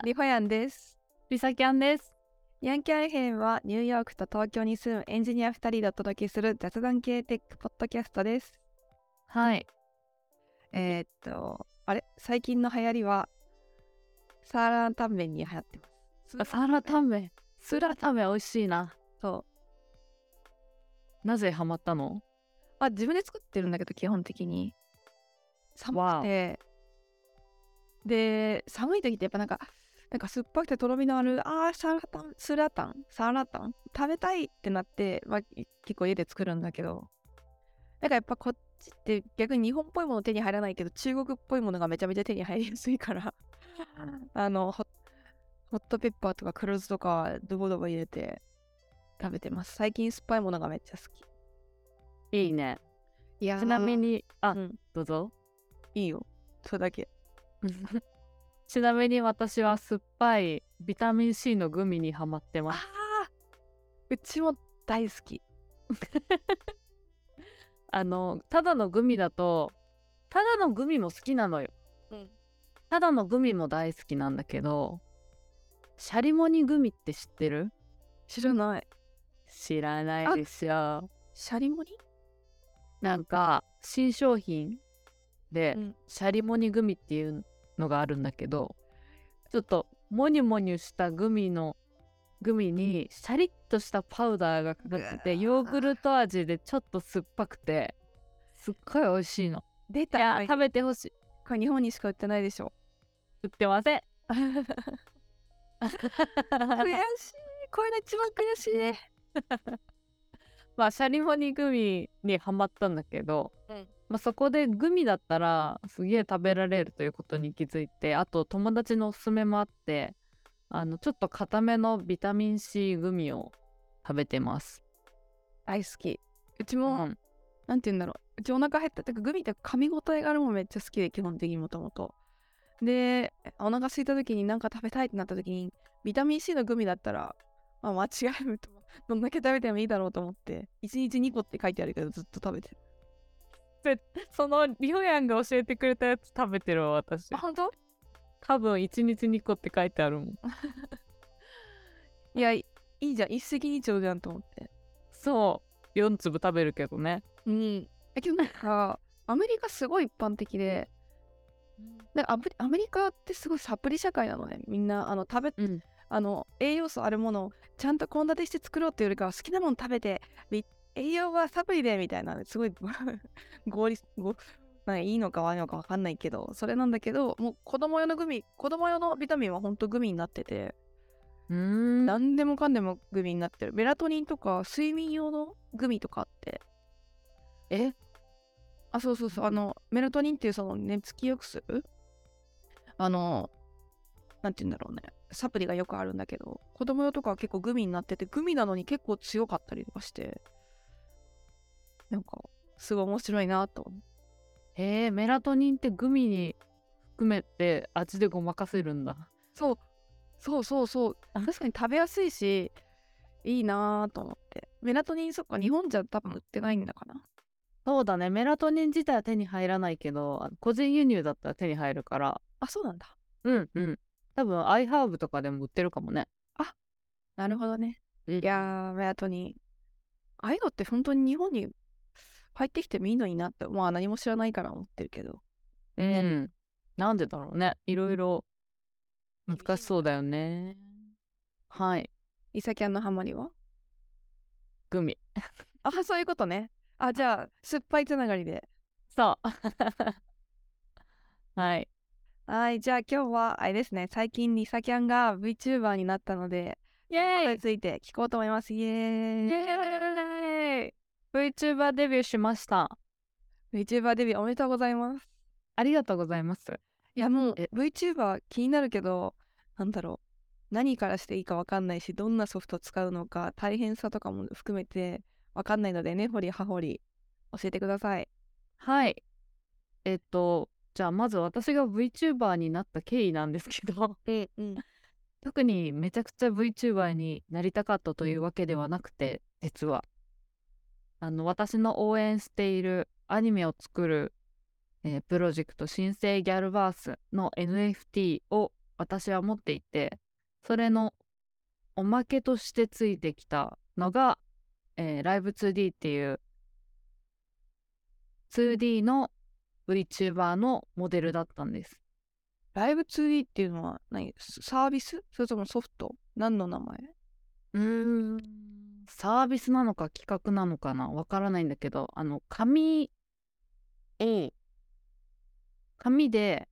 リホヤンです。 リサキャンです。 ヤンキャン編はニューヨークと東京に住むエンジニア2人でお届けする雑談系テックポッドキャストです。 はい。 最近の流行りはサーラータンメンに流行ってます。 サーラータンメン。スーラータンメン美味しいな。 そう。 なぜハマったの？ 自分で作ってるんだけど基本的に寒くて、で寒い時ってやっぱなんか酸っぱくてとろみのあるサーラータン食べたいってなって、結構家で作るんだけど、やっぱこっちって逆に日本っぽいもの手に入らないけど中国っぽいものがめちゃめちゃ手に入りやすいからホットペッパーとか黒酢とかドボドボ入れて食べてます。最近酸っぱいものがめっちゃ好き。 いいね。 いやちなみにどうぞ。 いいよ、それだけちなみに私は酸っぱいビタミン C のグミにハマってます。 うちも大好きただのグミだと、ただのグミも好きなのよ。ただのグミも大好きなんだけど、シャリモニグミって知ってる？ 知らない。 知らないでしょ。 シャリモニ？ なんか新商品で、シャリモニグミっていうのがあるんだけど、ちょっとモニュモニュしたグミにシャリッとしたパウダーがかかってて、ヨーグルト味でちょっと酸っぱくてすっごい美味しいの。 出た。 食べてほしい。 これ日本にしか売ってないでしょ。 売ってません悔しい。これが一番悔しいシャリモニグミにハマったんだけど、そこでグミだったらすげえ食べられるということに気づいて、あと友達のおすすめもあって、ちょっと固めのビタミン C グミを食べてます。 大好き。うちも、なんて言うんだろう、うちお腹減ったってかグミって噛み応えがあるもんめっちゃ好きで、基本的にもともとで、お腹空いた時に何か食べたいってなった時にビタミン C のグミだったら間違いなくどんだけ食べてもいいだろうと思って1日2個って書いてあるけどずっと食べてる。 そのリホヤンが教えてくれたやつ食べてるわ私。 本当？ 多分1日2個って書いてあるもんいや、いいじゃん、一石二鳥じゃんと思って。 そう4粒食べるけどね。 けどなんかアメリカすごい一般的で、アメリカってすごいサプリ社会なのね。みんな栄養素あるものをちゃんと献立して作ろうっていうよりかは好きなもの食べて栄養はサプリでみたいな、すごいいいのか悪いのか分かんないけど、それなんだけど、もう子供用のビタミンはほんとグミになってて、何でもかんでもグミになってる。メラトニンとか睡眠用のグミとかあって、そうメラトニンっていうその寝つきよくするなんて言うんだろうね、サプリがよくあるんだけど、子供用とかは結構グミになってて、グミなのに結構強かったりとかして、なんかすごい面白いなと思う。 メラトニンってグミに含めて味でごまかせるんだ。 そう確かに食べやすいしいいなと思って。メラトニン、そっか、日本じゃ多分売ってないんだかな。 そうだね、メラトニン自体は手に入らないけど、個人輸入だったら手に入るから。 そうなんだ。 多分アイハーブとかでも売ってるかもね。 なるほどね。いやー、メラトニン、ああいうのって本当に日本に入ってきてもいいのになって、何も知らないから思ってるけど。 なんでだろうね。いろいろ難しそうだよね。はい。 イサキャンのハマりはグミ。 そういうことね。じゃあ酸っぱいつながりで。 そうはい。 じゃあ今日はあれですね、最近リサキャンが VTuber になったので、 イエーイについて聞こうと思います。イエーイ。 VTuber デビューしました。 VTuber デビューおめでとうございます。 ありがとうございます。 いや、もう VTuber 気になるけど、なんだろう、何からしていいか分かんないし、どんなソフトを使うのか大変さとかも含めて分かんないので、根掘り葉掘り教えてください。 はい。じゃあまず私が VTuber になった経緯なんですけど特にめちゃくちゃ VTuber になりたかったというわけではなくて、実は私の応援しているアニメを作る、プロジェクト新生ギャルバースの NFT を私は持っていて、それのおまけとしてついてきたのが、ライブ 2D っていう 2D の VTuber のモデルだったんです。 ライブ 2D っていうのは何、サービスそれともソフト、何の名前？ サービスなのか企画なのかな、わからないんだけど、紙で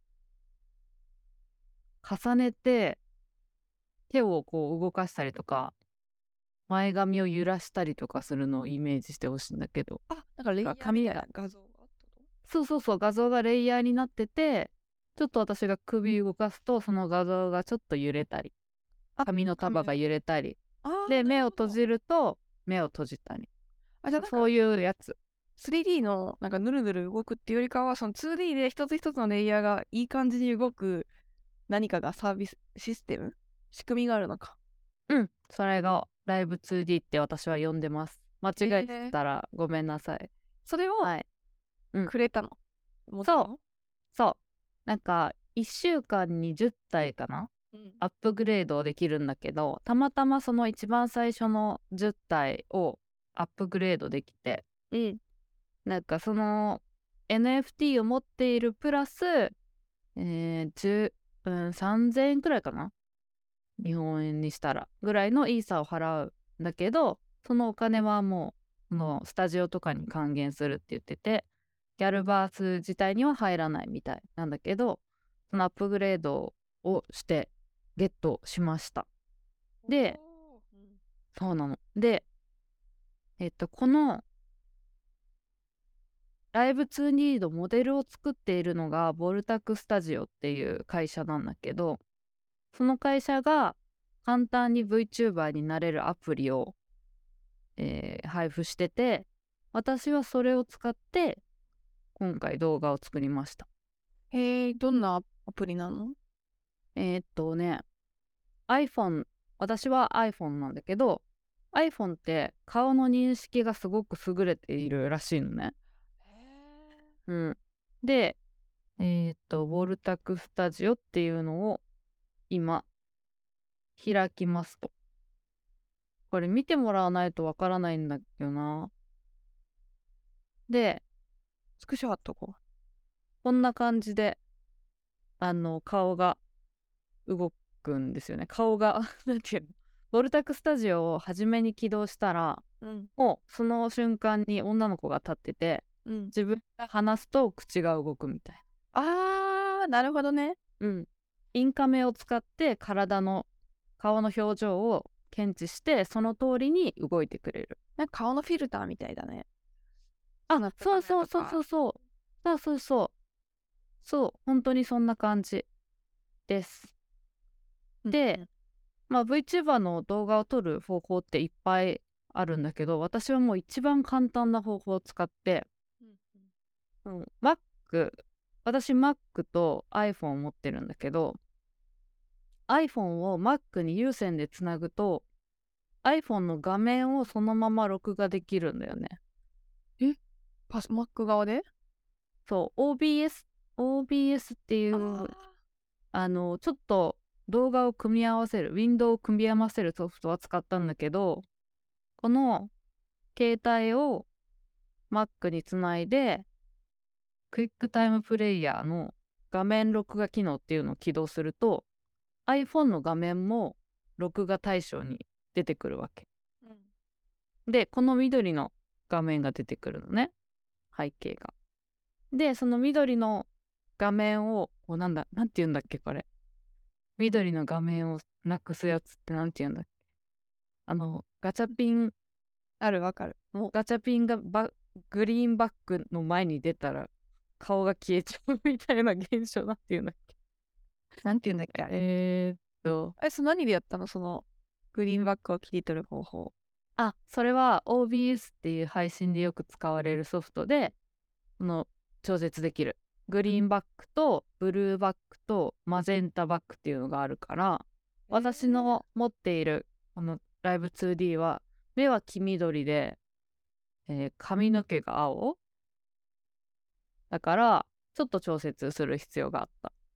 重ねて手をこう動かしたりとか、前髪を揺らしたりとかするのをイメージしてほしいんだけど、 なんかレイヤーみたいな画像があったと。 そう画像がレイヤーになってて、ちょっと私が首動かすとその画像がちょっと揺れたり、髪の束が揺れたりで、目を閉じると目を閉じたり、 じゃあそういうやつ。 3D のなんかぬるぬる動くっていうよりかは、その 2D で一つ一つのレイヤーがいい感じに動く何かがサービスシステム、仕組みがあるのか。 それがライブ 2D って私は呼んでます。間違えてたらごめんなさい。 それをくれたの、 そうなんか1週間に10体かな、アップグレードできるんだけど、たまたまその一番最初の10体をアップグレードできて、なんかその NFT を持っているプラス、3000円くらいかな、日本円にしたらぐらいのイーサを払うんだけど、そのお金はもうスタジオとかに還元するって言ってて、ギャルバース自体には入らないみたいなんだけど、そのアップグレードをしてゲットしました。で、そうなので、このライブ 2D のモデルを作っているのがボルタクスタジオっていう会社なんだけど、その会社が簡単に VTuber になれるアプリを、配布してて、私はそれを使って今回動画を作りました。 どんなアプリなの ？iPhone、私は iPhone なんだけど、iPhone って顔の認識がすごく優れているらしいのね。で、ボルタクスタジオっていうのを今開きますと。これ見てもらわないとわからないんだよな。で、 スクショ貼っとこう。 こんな感じで顔が動くんですよね。顔がなんていうの、ボルタクスタジオを初めに起動したら、もうその瞬間に女の子が立ってて、自分が話すと口が動くみたいな。なるほどね。 インカメを使って顔の表情を検知して、その通りに動いてくれる。 なんか顔のフィルターみたいだね。 そう本当にそんな感じです。で、VTuber の動画を撮る方法っていっぱいあるんだけど、私はもう一番簡単な方法を使って、私 Mac と iPhone を持ってるんだけど、iPhone を Mac に有線でつなぐと iPhone の画面をそのまま録画できるんだよね。 Mac 側で？ そう、OBS っていう、ちょっと動画を組み合わせる、ウィンドウを組み合わせるソフトは使ったんだけど、この携帯を Mac につないで、クイックタイムプレイヤーの画面録画機能っていうのを起動すると、iPhone の画面も録画対象に出てくるわけ。で、この緑の画面が出てくるのね、背景が。で、その緑の画面を、なんて言うんだっけ、これ。緑の画面をなくすやつってなんて言うんだっけ。ガチャピン、 わかる。 ガチャピンがグリーンバックの前に出たら顔が消えちゃうみたいな現象、なんて言うんだっけ。 なんて言うんだっけ。その何でやったの、そのグリーンバックを切り取る方法。 それは OBS っていう配信でよく使われるソフトで、調節できる。グリーンバックとブルーバックとマゼンタバックっていうのがあるから、私の持っているこのライブ 2D は目は黄緑で、髪の毛が青だからちょっと調節する必要があった。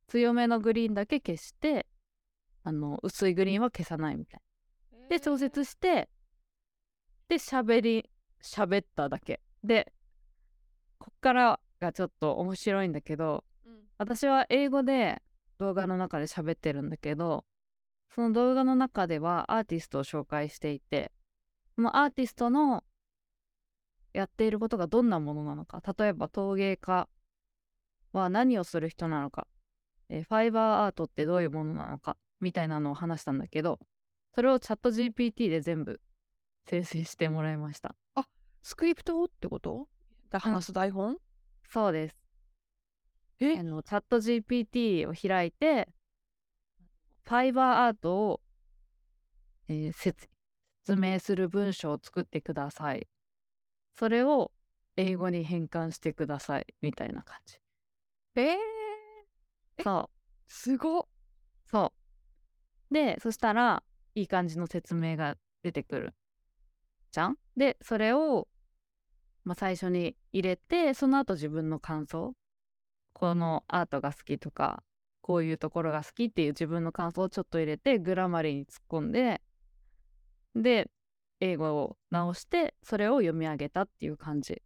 強めのグリーンだけ消して、薄いグリーンは消さないみたいな。で調節して、で喋っただけで、こっからがちょっと面白いんだけど、私は英語で動画の中で喋ってるんだけど、その動画の中ではアーティストを紹介していて、そのアーティストのやっていることがどんなものなのか、例えば陶芸家は何をする人なのか、ファイバーアートってどういうものなのかみたいなのを話したんだけど、それをチャット GPT で全部生成してもらいました。 あ、スクリプトってことだ、話す台本？ そうです。チえ、 ャット GPT を開いて、ファイバーアートを、説明する文章を作ってください。それを英語に変換してくださいみたいな感じ。そうすごっ。 そうで、そしたらいい感じの説明が出てくるじゃん。でそれを、最初に入れて、その後自分の感想、このアートが好きとか、こういうところが好きっていう自分の感想をちょっと入れて、グラマリーに突っ込んで、で英語を直してそれを読み上げたっていう感じ。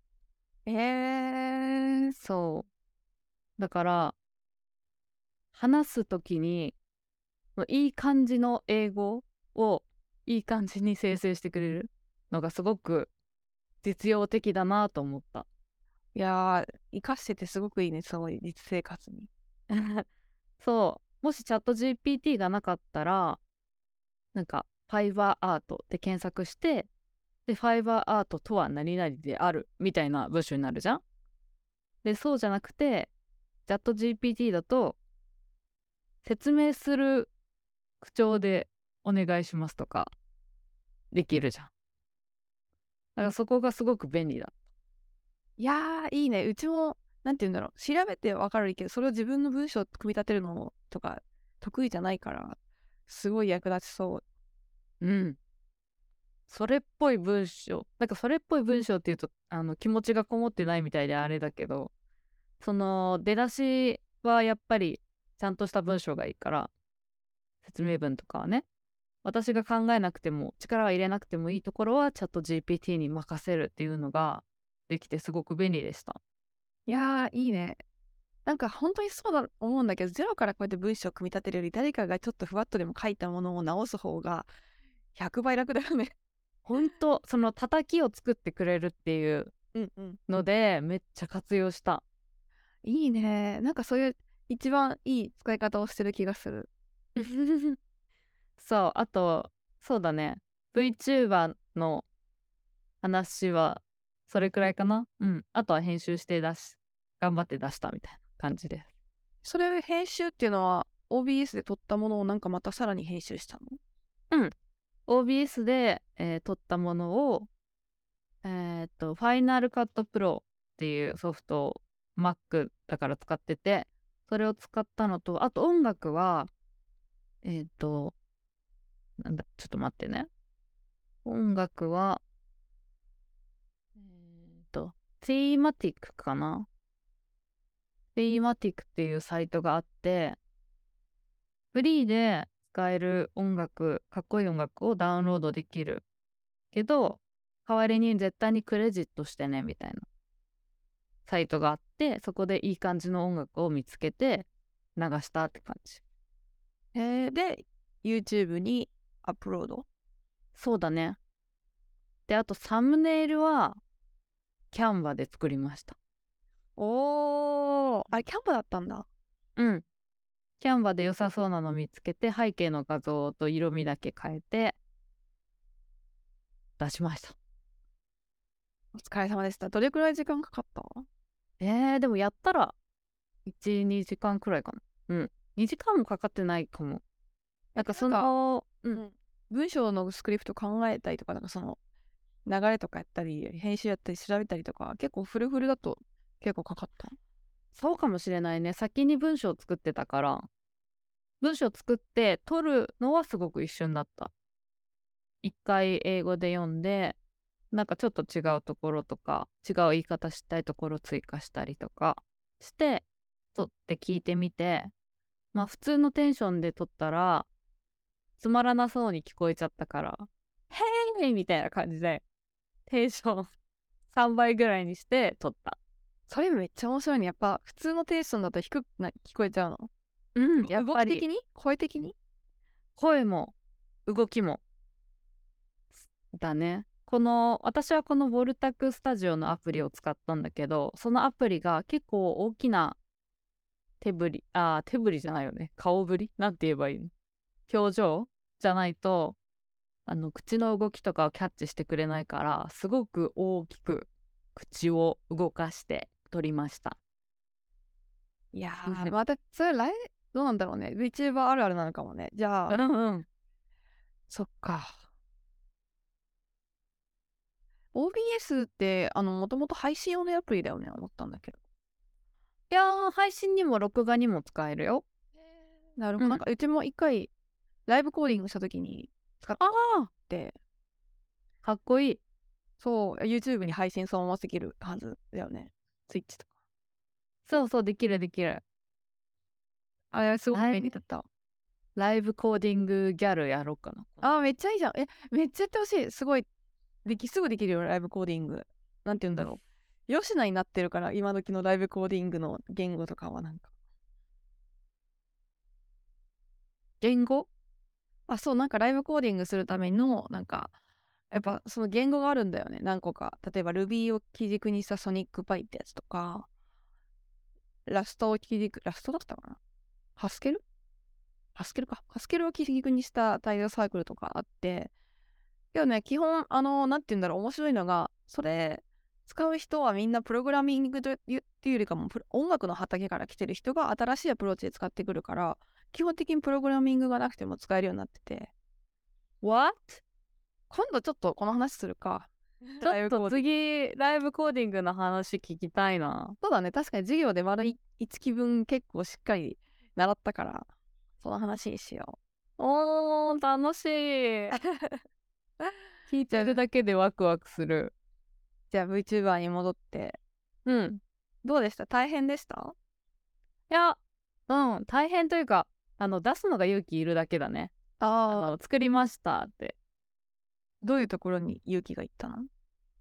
そうだから、話すときにいい感じの英語をいい感じに生成してくれるのがすごく実用的だなと思った。 いやー、生かしててすごくいいね、その実生活に。 そう、もしチャット GPT がなかったら、なんかファイバーアートで検索して、でファイバーアートとは何々であるみたいな文章になるじゃん。でそうじゃなくて、チャット GPT だと説明する口調でお願いしますとかできるじゃん。だからそこがすごく便利だ。 いやー、いいね。うちも、なんて言うんだろう。調べてわかるけど、それを自分の文章を組み立てるのとか得意じゃないから、すごい役立ちそう。 うん。それっぽい文章、なんかそれっぽい文章っていうと気持ちがこもってないみたいであれだけど、その出だしはやっぱりちゃんとした文章がいいから、説明文とかはね、私が考えなくても力は入れなくてもいいところはチャット GPT に任せるっていうのができてすごく便利でした。 いやー、いいね。なんか本当にそうだと思うんだけど、ゼロからこうやって文章を組み立てるより、誰かがちょっとふわっとでも書いたものを直す方が100倍楽だよね。 本当、その叩きを作ってくれるっていうのでめっちゃ活用した。 いいね。なんかそういう一番いい使い方をしてる気がする。 そう、あと、そうだね。VTuber の話はそれくらいかな。あとは編集して頑張って出したみたいな感じです。 それ編集っていうのは OBS で撮ったものをなんかまたさらに編集したの？ OBS で、撮ったものを、Final Cut Pro っていうソフトを Mac だから使ってて、それを使ったのと、あと音楽は、なんだ、ちょっと待ってね。音楽は、Thematic かな。Thematic っていうサイトがあって、フリーで使える音楽、かっこいい音楽をダウンロードできるけど、代わりに絶対にクレジットしてねみたいなサイトがあって、そこでいい感じの音楽を見つけて流したって感じ。 で YouTube にアップロード？ そうだね。で、あとサムネイルはキャンバで作りました。 おー、あれキャンバだったんだ。 キャンバで良さそうなの見つけて、背景の画像と色味だけ変えて出しました。 お疲れ様でした。どれくらい時間かかった？ でもやったら1、2時間くらいかな。2時間もかかってないかも。なんかその、 文章のスクリプト考えたりとか、なんかその流れとかやったり、編集やったり調べたりとか、結構フルフルだと結構かかった？ そうかもしれないね。先に文章を作ってたから、文章作って撮るのはすごく一瞬だった。一回英語で読んで、なんかちょっと違うところとか、違う言い方したいところ追加したりとかして、撮って聞いてみて、 まあ普通のテンションで撮ったらつまらなそうに聞こえちゃったからヘーイみたいな感じでテンション3倍ぐらいにして撮った。 それめっちゃ面白いね。やっぱ普通のテンションだと低くな聞こえちゃうの？ やっぱり動き的に声的に？ 声も動きもだね。私はこのボルタクスタジオのアプリを使ったんだけど、そのアプリが結構大きな手振りじゃないよね。顔振りなんて言えばいいの？表情じゃないと、口の動きとかをキャッチしてくれないから、すごく大きく口を動かして撮りました。 いやー、またそれどうなんだろうね。VTuber あるあるなのかもね。じゃあ、そっか。OBS ってもともと配信用のアプリだよね、思ったんだけど。 いやー、配信にも録画にも使えるよ。 なるほど。なんかうちも一回ライブコーディングした時に使って、 かっこいい。 そう、YouTube に配信そのままできるはずだよね。Twitch とか。 そうそう、できるできる。 あれすごく便利だった。 ライブコーディングギャルやろうかな。 めっちゃいいじゃん。めっちゃやってほしい。すごい、すぐできるよ、ライブコーディング。なんて言うんだろう。よしなになってるから、今時のライブコーディングの言語とかはなんか。 言語？ そう、なんかライブコーディングするための、なんか、やっぱその言語があるんだよね、何個か。例えば Ruby を基軸にしたソニックパイってやつとか、ラストだったかな？ハスケルハスケルを基軸にしたタイルサークルとかあって、けどね、基本、なんて言うんだろう、面白いのが、それ、使う人はみんなプログラミングというよりかも、音楽の畑から来てる人が新しいアプローチで使ってくるから、基本的にプログラミングがなくても使えるようになってて。 What？ 今度ちょっとこの話するか。 ちょっと次、ライブコーディングの話聞きたいな。 そうだね、確かに授業で丸1期分結構しっかり習ったから、その話にしよう。楽しい。聞いてるだけでワクワクする。 じゃあ VTuber に戻って。どうでした？大変でした？ いや、大変というか、出すのが勇気いるだけだね。作りましたって。 どういうところに勇気がいったの？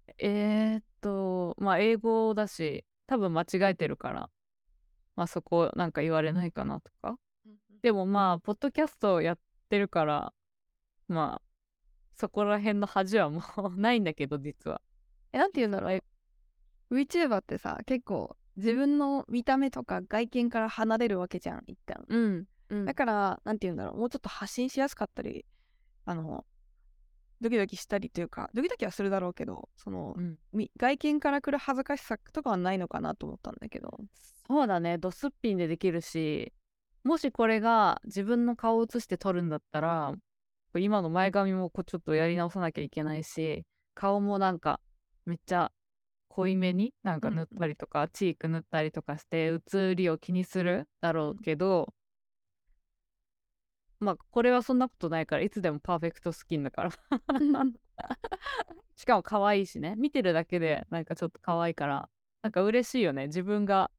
まあ英語だし、多分間違えてるから、まあそこなんか言われないかなとか。でもまあ、ポッドキャストやってるから、まあ、そこら辺の恥はもうないんだけど、実は。 なんて言うんだろう。VTuber ってさ、結構自分の見た目とか外見から離れるわけじゃん、一旦。だから、なんて言うんだろう。もうちょっと発信しやすかったり、ドキドキしたりというか、ドキドキはするだろうけど、外見から来る恥ずかしさとかはないのかなと思ったんだけど。 そうだね、ドすっぴんでできるし、もしこれが自分の顔を写して撮るんだったら、今の前髪もちょっとやり直さなきゃいけないし、顔もなんかめっちゃ濃いめになんか塗ったりとか、チーク塗ったりとかして写りを気にするだろうけど、まあこれはそんなことないから、いつでもパーフェクトスキンだからしかも可愛いしね、見てるだけでなんかちょっと可愛いから、なんか嬉しいよね。自分が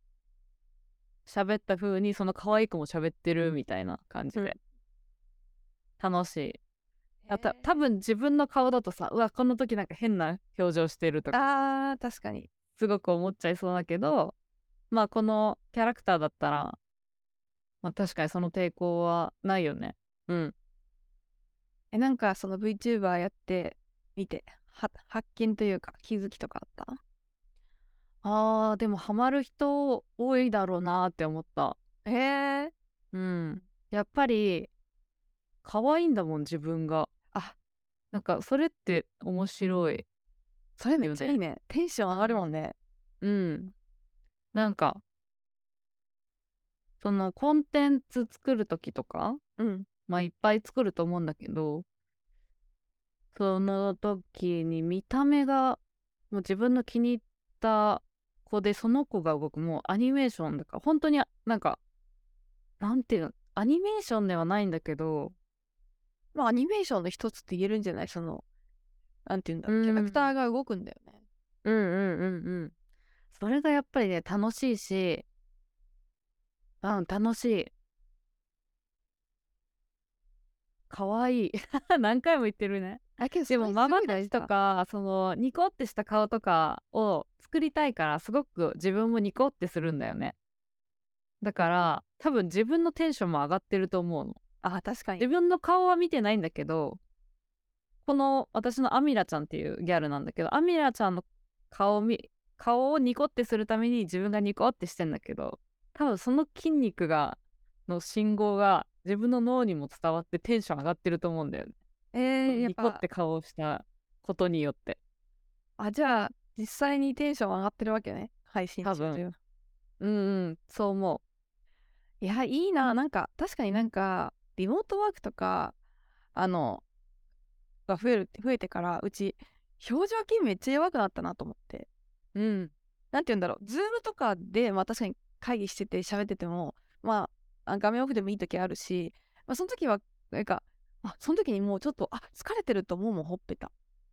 喋った風にその可愛い子も喋ってるみたいな感じで、楽しい。多分自分の顔だとさ、うわこの時なんか変な表情してるとか、 確かにすごく思っちゃいそうだけど、まあこのキャラクターだったら、まあ確かにその抵抗はないよね。 なんかその VTuber やってみて発見というか気づきとかあった？ でもハマる人多いだろうなって思った。やっぱり可愛いんだもん、自分が。なんかそれって面白い。 それめっちゃいいね。テンション上がるもんね。 なんかそのコンテンツ作る時とか、まあいっぱい作ると思うんだけど、その時に見た目がもう自分の気に入った子で、その子が動く、もうアニメーションだから本当になんかなんていうの、アニメーションではないんだけど、 まあアニメーションの一つって言えるんじゃない？なんていうんだろう、キャラクターが動くんだよね。 それがやっぱりね楽しいし、楽しい。 かわいい何回も言ってるね。 けどでもまばたき大事だ。 とかそのニコってした顔とかを作りたいからすごく自分もニコってするんだよね。だから多分自分のテンションも上がってると思うの。 確かに。 自分の顔は見てないんだけど、この私のアミラちゃんっていうギャルなんだけど、アミラちゃんの顔をニコってするために自分がニコってしてんだけど、多分その筋肉の信号が自分の脳にも伝わってテンション上がってると思うんだよね。 やっニコってぱ、 顔をしたことによって。 じゃあ、実際にテンション上がってるわけね。配信多分。 中という。 うんうん、そう思いや、いいな。なんか、確かになんか、リモートワークとか、あの、が増えてから、うち、表情筋めっちゃ弱くなったなと思って。 う。うん。 なんて言うんだろう。ズームとかで、確かに会議してて喋ってても、画面オフでもいい時あるし、その時は、なんか、その時にもうちょっと、疲れてると思うもん、ほっぺた。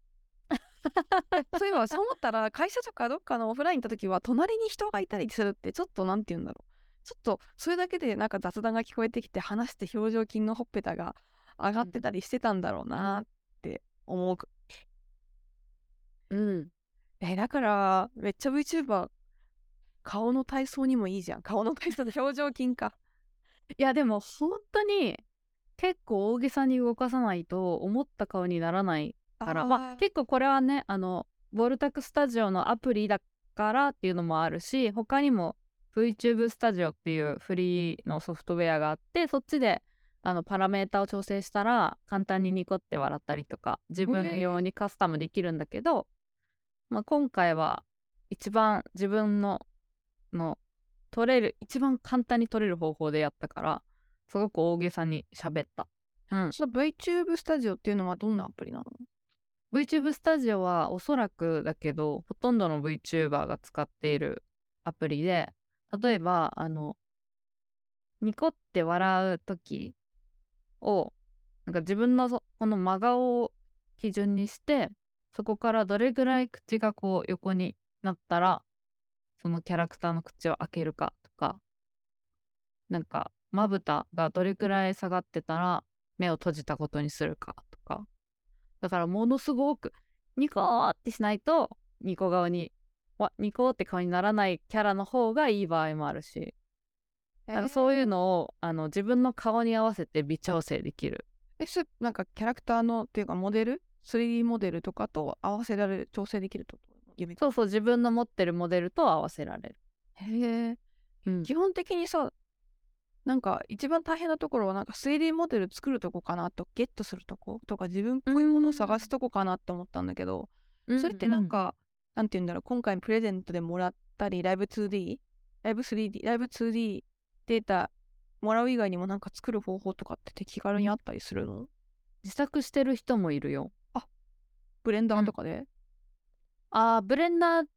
そういえば、そう思ったら、会社とかどっかのオフライン行った時は、隣に人がいたりするって、ちょっと、なんて言うんだろう。ちょっと、それだけでなんか雑談が聞こえてきて、話して表情筋のほっぺたが上がってたりしてたんだろうなって思う。 うん。 だから、めっちゃ VTuber、顔の体操にもいいじゃん。顔の体操で表情筋か。 いやでも本当に結構大げさに動かさないと思った顔にならないから、結構これはね、ボルタクスタジオのアプリだからっていうのもあるし、他にも VTube スタジオっていうフリーのソフトウェアがあって、そっちでパラメータを調整したら簡単にニコって笑ったりとか自分用にカスタムできるんだけど、今回は一番自分の一番簡単に撮れる方法でやったから、すごく大げさに喋った。 その VTube スタジオっていうのはどんなアプリなの？ VTube スタジオはおそらくだけど、ほとんどの VTuber が使っているアプリで、例えば、ニコって笑う時を、なんか自分のこの真顔を基準にして、そこからどれぐらい口がこう横になったら、そのキャラクターの口を開けるかとか、なんかまぶたがどれくらい下がってたら目を閉じたことにするかとか、だからものすごくニコーってしないとニコーって顔にならないキャラの方がいい場合もあるし、そういうのを自分の顔に合わせて微調整できる。 なんかキャラクターのっていうかモデル 3D モデルとかと合わせられる、調整できるってこと？ そうそう、自分の持ってるモデルと合わせられる。 へえ、 うん、 基本的にさ、なんか一番大変なところはなんか 3D モデル作るとこかなと、ゲットするとことか自分っぽいものを探すとこかなって思ったんだけど、それってなんか、なんて言うんだろう、今回プレゼントでもらったり、ライブ 2D、ライブ 3D、ライブ 2D データもらう以外にもなんか作る方法とかって気軽にあったりするの？ 自作してる人もいるよ。 ブレンダーとかで？ ブレンダー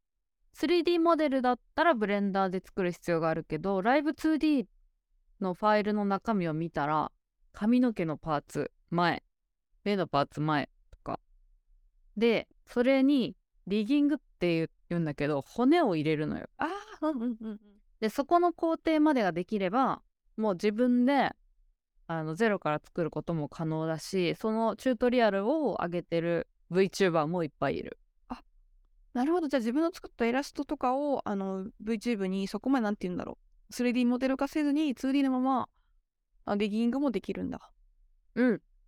3D モデルだったらブレンダーで作る必要があるけど、ライブ 2D のファイルの中身を見たら、髪の毛のパーツ前、目のパーツ前とかで、それにリギングって言うんだけど、骨を入れるのよ。でそこの工程までができれば、もう自分でゼロから作ることも可能だし、そのチュートリアルを上げてる VTuber もいっぱいいる。 なるほど。じゃあ自分の作ったイラストとかをVTube にそこまでなんて言うんだろう、 3D モデル化せずに 2D のままリギングもできるんだ。 うん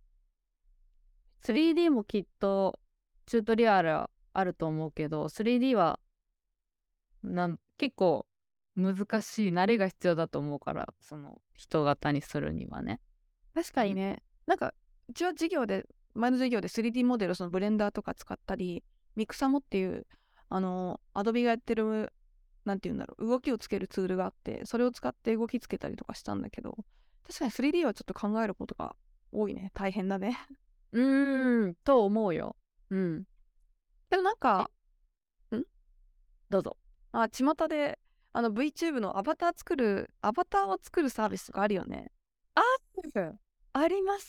。3D もきっとチュートリアルあると思うけど、3D は結構難しい、慣れが必要だと思うから、その人型にするにはね。 確かにね。なんかうちは前の授業で 3D モデル、そのブレンダーとか使ったり、ミクサモっていうアドビがやってる、なんて言うんだろう、動きをつけるツールがあって、それを使って動きつけたりとかしたんだけど、確かに 3D はちょっと考えることが多いね。大変だね。 と思うよ。うん。 けどなんか、 どうぞ。 巷でVTube のアバターを作るサービスとかあるよね。 あります。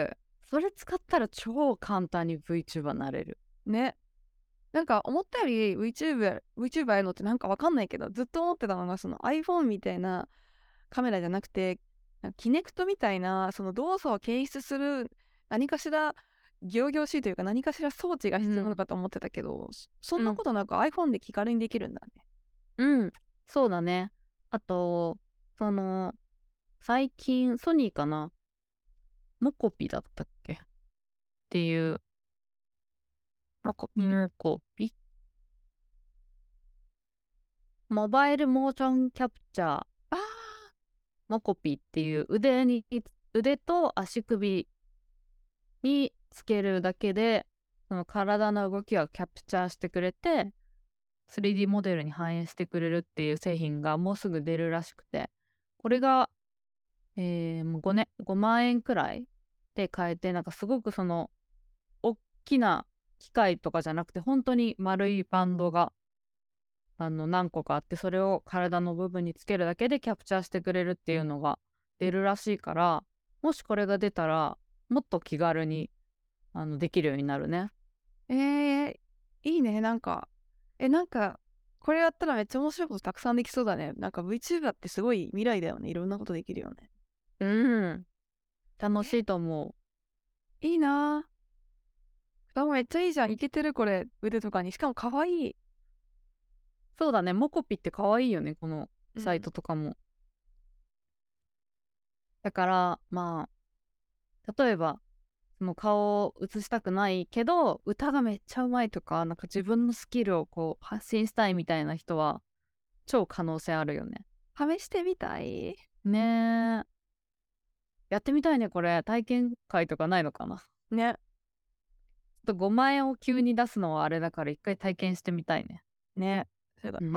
それ使ったら超簡単に VTuber なれる。 ね。なんか思ったより VTuber やるのってなんかわかんないけど、ずっと思ってたのが、その iPhone みたいなカメラじゃなくて、なんかキネクトみたいなその動作を検出する何かしら仰々しいというか何かしら装置が必要なのかと思ってたけど、そんなことなく iPhone で気軽にできるんだね。 うん、そうだね。あと、最近、ソニーかな、モコピだったっけっていう、モコピモバイルモーションキャプチャー、 あモコピっていう腕と足首につけるだけで、その体の動きをキャプチャーしてくれて、3D モデルに反映してくれるっていう製品がもうすぐ出るらしくて、これが、もう5万円くらいで買えて、なんかすごく大きな機械とかじゃなくて、本当に丸いバンドが何個かあって、それを体の部分につけるだけでキャプチャーしてくれるっていうのが出るらしいから、もしこれが出たらもっと気軽にできるようになるね。 いいね。なんかこれやったらめっちゃ面白いことたくさんできそうだね。なんか VTuber ってすごい未来だよね。いろんなことできるよね。 うん、楽しいと思いいなぁ。めっちゃいいじゃん。いけてるこれ。腕とかに。しかもかわいい。 う。そうだね、モコピって可愛いよね、このサイトとかも。だからまあ、例えばその顔を映したくないけど歌がめっちゃうまいとか、なんか自分のスキルをこう発信したいみたいな人は超可能性あるよね。 試してみたい。 ねえ、やってみたいね。これ体験会とかないのかな。 ね。 ちょっと5万円を急に出すのはあれだから一回体験してみたいね。 ね。そうだ。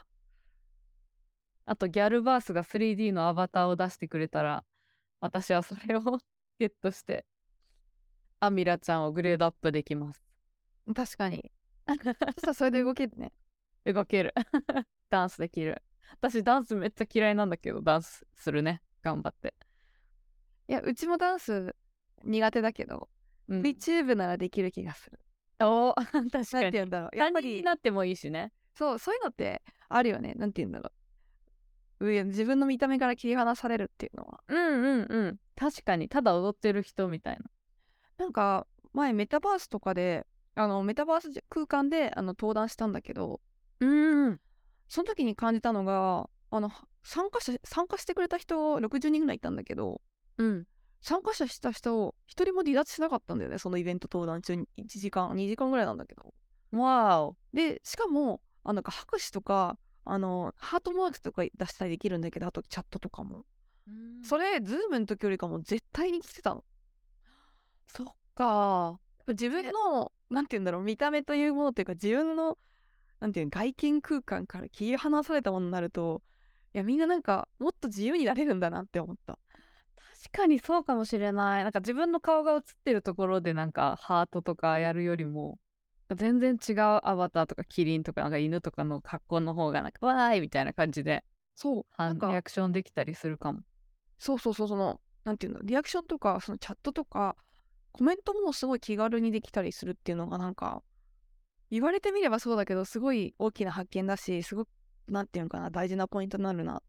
あとギャルバースが 3D のアバターを出してくれたら、私はそれをゲットしてアミラちゃんをグレードアップできます。 確かに。そしたらそれで動けるね。 動ける。ダンスできる。私ダンスめっちゃ嫌いなんだけど、ダンスするね、頑張って。 いや、うちもダンス苦手だけど、VTube ならできる気がする。 お確かに。 なんて言うんだろう。やっぱりになってもいいしね。 そういうのってあるよね。なんて言うんだろう。自分の見た目から切り離されるっていうのは。 確かに、ただ踊ってる人みたいな。 なんか前メタバースとかでメタバース空間で登壇したんだけど、その時に感じたのが参加してくれた人60人ぐらいいたんだけど、参加した人を一人も離脱しなかったんだよね。そのイベント登壇中に1時間2時間ぐらいなんだけど。 わお。 でしかもなんか拍手とかハートマークとか出したりできるんだけど、あとチャットとかも、それズームの時よりかも絶対に来てたの。 そっか。 自分のなんて言うんだろう、見た目というものというか、自分のなんていう外見空間から切り離されたものになると、いやみんななんかもっと自由になれるんだなって思った。 確かにそうかもしれない。なんか自分の顔が映ってるところでなんかハートとかやるよりも、全然違うアバターとかキリンとかなんか犬とかの格好の方がなんかわーいみたいな感じでリアクションできたりするかも。 なんていうの、リアクションとかそのチャットとかコメントもすごい気軽にできたりするっていうのが、なんか言われてみればそうだけど、すごい大きな発見だし、すごくなんていうのかな、大事なポイントになるな。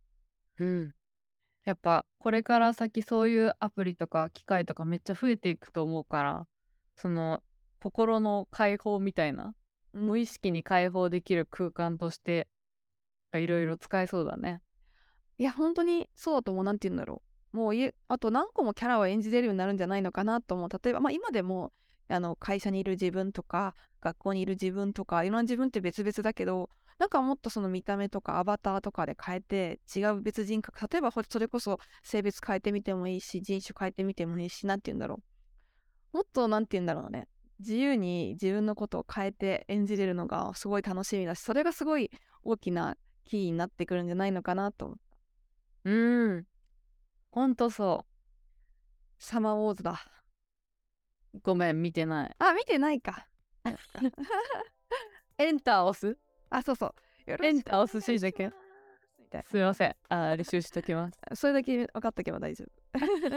やっぱこれから先そういうアプリとか機械とかめっちゃ増えていくと思うから、その心の解放みたいな、無意識に解放できる空間としていろいろ使えそうだね。 いや本当にそうだと思う。なんて言うんだろう、もうあと何個もキャラを演じれるようになるんじゃないのかなと思う。例えば今でも会社にいる自分とか学校にいる自分とかいろんな自分って別々だけど、なんかもっとその見た目とかアバターとかで変えて違う別人格、例えばそれこそ性別変えてみてもいいし、人種変えてみてもいいし、なんて言うんだろう、もっとなんて言うんだろうね、自由に自分のことを変えて演じれるのがすごい楽しみだし、それがすごい大きなキーになってくるんじゃないのかなと思う。 ほんとそサマーウォーズだ。 う。ごめん見てない。 見てないか。 エンター押す。 そうエンター押すしだけ。すいません。履修しときます。 それだけ分かっとけば大丈夫。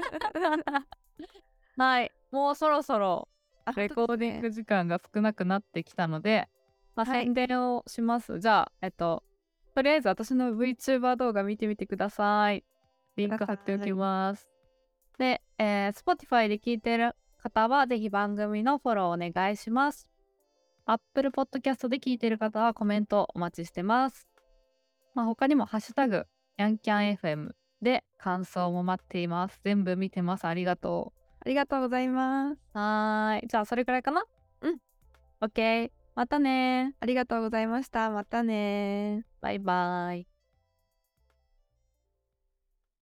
はい、もうそろそろレコーディング時間が少なくなってきたので、宣伝をします。じゃあとりあえず私の VTuber 動画見てみてください。リンク貼っておきます。 で、Spotify で聞いてる方はぜひ番組のフォローお願いします。Apple Podcast で聞いてる方はコメントお待ちしてます。他にもハッシュタグヤンキャン FM で感想も待っています。全部見てます。ありがとう。 ありがとうございます。 はーい。じゃあそれくらいかな？OK。またね。 ありがとうございました。またね。 バイバイ。